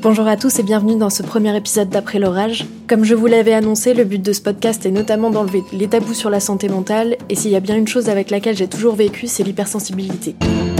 Bonjour à tous et bienvenue dans ce premier épisode d'Après l'orage. Comme je vous l'avais annoncé, le but de ce podcast est notamment d'enlever les tabous sur la santé mentale, et s'il y a bien une chose avec laquelle j'ai toujours vécu, c'est l'hypersensibilité.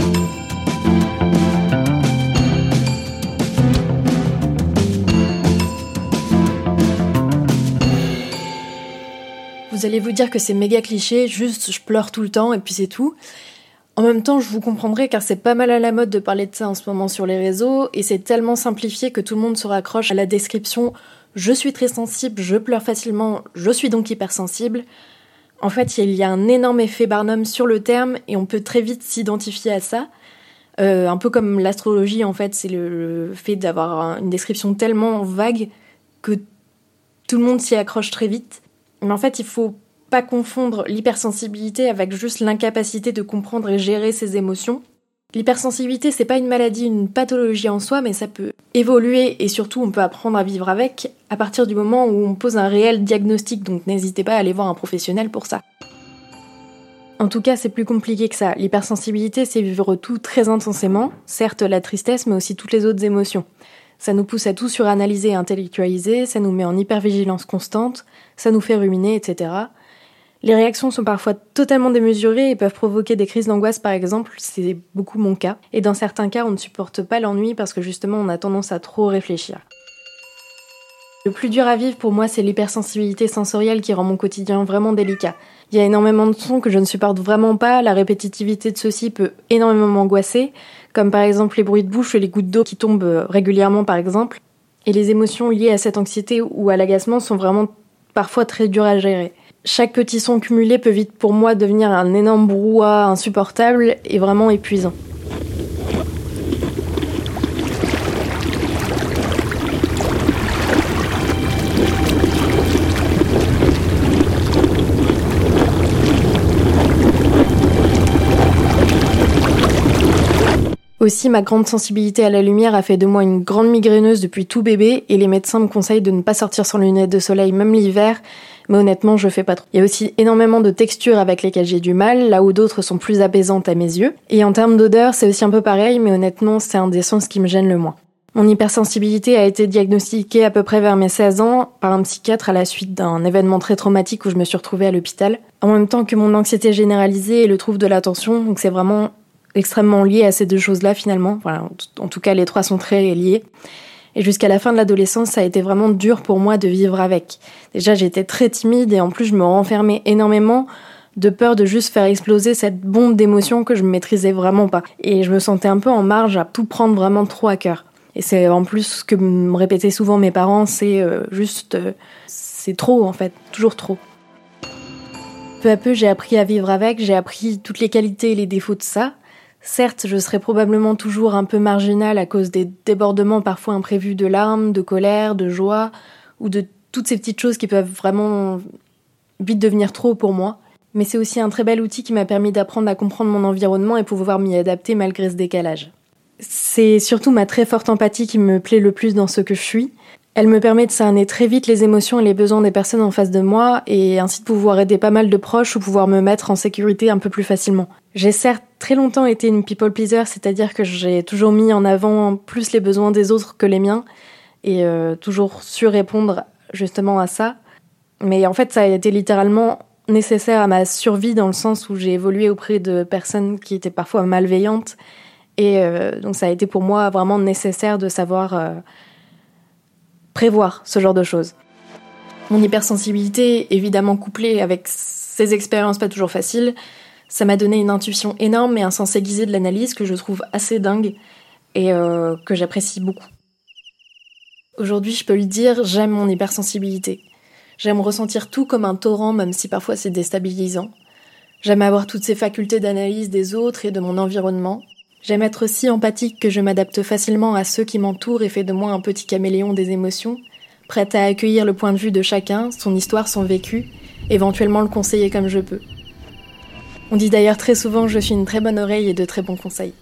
Vous allez vous dire que c'est méga cliché, juste je pleure tout le temps et puis c'est tout. En même temps, je vous comprendrai car c'est pas mal à la mode de parler de ça en ce moment sur les réseaux et c'est tellement simplifié que tout le monde se raccroche à la description « je suis très sensible, je pleure facilement, je suis donc hypersensible ». En fait, il y a un énorme effet Barnum sur le terme et on peut très vite s'identifier à ça. Un peu comme l'astrologie, en fait, c'est le fait d'avoir une description tellement vague que tout le monde s'y accroche très vite. Mais en fait, il faut pas confondre l'hypersensibilité avec juste l'incapacité de comprendre et gérer ses émotions. L'hypersensibilité, c'est pas une maladie, une pathologie en soi, mais ça peut évoluer et surtout on peut apprendre à vivre avec à partir du moment où on pose un réel diagnostic, donc n'hésitez pas à aller voir un professionnel pour ça. En tout cas, c'est plus compliqué que ça. L'hypersensibilité, c'est vivre tout très intensément, certes la tristesse, mais aussi toutes les autres émotions. Ça nous pousse à tout suranalyser et intellectualiser, ça nous met en hypervigilance constante, ça nous fait ruminer, etc. Les réactions sont parfois totalement démesurées et peuvent provoquer des crises d'angoisse par exemple, c'est beaucoup mon cas. Et dans certains cas, on ne supporte pas l'ennui parce que justement on a tendance à trop réfléchir. Le plus dur à vivre pour moi, c'est l'hypersensibilité sensorielle qui rend mon quotidien vraiment délicat. Il y a énormément de sons que je ne supporte vraiment pas, la répétitivité de ceux-ci peut énormément m'angoisser, comme par exemple les bruits de bouche et les gouttes d'eau qui tombent régulièrement par exemple. Et les émotions liées à cette anxiété ou à l'agacement sont vraiment parfois très dures à gérer. Chaque petit son cumulé peut vite pour moi devenir un énorme brouhaha insupportable et vraiment épuisant. Aussi, ma grande sensibilité à la lumière a fait de moi une grande migraineuse depuis tout bébé et les médecins me conseillent de ne pas sortir sans lunettes de soleil même l'hiver, mais honnêtement je fais pas trop. Il y a aussi énormément de textures avec lesquelles j'ai du mal, là où d'autres sont plus apaisantes à mes yeux. Et en termes d'odeur, c'est aussi un peu pareil, mais honnêtement c'est un des sens qui me gêne le moins. Mon hypersensibilité a été diagnostiquée à peu près vers mes 16 ans par un psychiatre à la suite d'un événement très traumatique où je me suis retrouvée à l'hôpital. En même temps que mon anxiété généralisée et le trouble de l'attention, donc c'est vraiment extrêmement lié à ces deux choses-là finalement. Voilà, en tout cas, les trois sont très liés. Et jusqu'à la fin de l'adolescence, ça a été vraiment dur pour moi de vivre avec. Déjà, j'étais très timide et en plus, je me renfermais énormément de peur de juste faire exploser cette bombe d'émotions que je ne maîtrisais vraiment pas. Et je me sentais un peu en marge à tout prendre vraiment trop à cœur. Et c'est en plus ce que me répétaient souvent mes parents, c'est c'est trop en fait, toujours trop. Peu à peu, j'ai appris à vivre avec, j'ai appris toutes les qualités et les défauts de ça. Certes, je serai probablement toujours un peu marginale à cause des débordements parfois imprévus de larmes, de colère, de joie, ou de toutes ces petites choses qui peuvent vraiment vite devenir trop pour moi. Mais c'est aussi un très bel outil qui m'a permis d'apprendre à comprendre mon environnement et pouvoir m'y adapter malgré ce décalage. C'est surtout ma très forte empathie qui me plaît le plus dans ce que je suis. Elle me permet de cerner très vite les émotions et les besoins des personnes en face de moi et ainsi de pouvoir aider pas mal de proches ou pouvoir me mettre en sécurité un peu plus facilement. J'ai certes très longtemps été une people pleaser, c'est-à-dire que j'ai toujours mis en avant plus les besoins des autres que les miens et toujours su répondre justement à ça. Mais en fait, ça a été littéralement nécessaire à ma survie dans le sens où j'ai évolué auprès de personnes qui étaient parfois malveillantes et donc ça a été pour moi vraiment nécessaire de savoir prévoir ce genre de choses. Mon hypersensibilité, évidemment couplée avec ces expériences pas toujours faciles, ça m'a donné une intuition énorme et un sens aiguisé de l'analyse que je trouve assez dingue et que j'apprécie beaucoup. Aujourd'hui, je peux le dire, j'aime mon hypersensibilité. J'aime ressentir tout comme un torrent, même si parfois c'est déstabilisant. J'aime avoir toutes ces facultés d'analyse des autres et de mon environnement. J'aime être si empathique que je m'adapte facilement à ceux qui m'entourent et fais de moi un petit caméléon des émotions, prête à accueillir le point de vue de chacun, son histoire, son vécu, éventuellement le conseiller comme je peux. On dit d'ailleurs très souvent que je suis une très bonne oreille et de très bons conseils.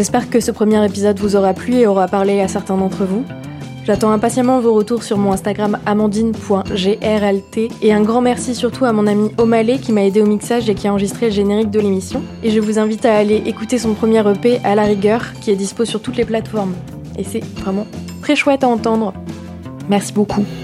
J'espère que ce premier épisode vous aura plu et aura parlé à certains d'entre vous. J'attends impatiemment vos retours sur mon Instagram amandine.grlt et un grand merci surtout à mon ami O'Malley qui m'a aidé au mixage et qui a enregistré le générique de l'émission. Et je vous invite à aller écouter son premier EP à la rigueur qui est dispo sur toutes les plateformes. Et c'est vraiment très chouette à entendre. Merci beaucoup.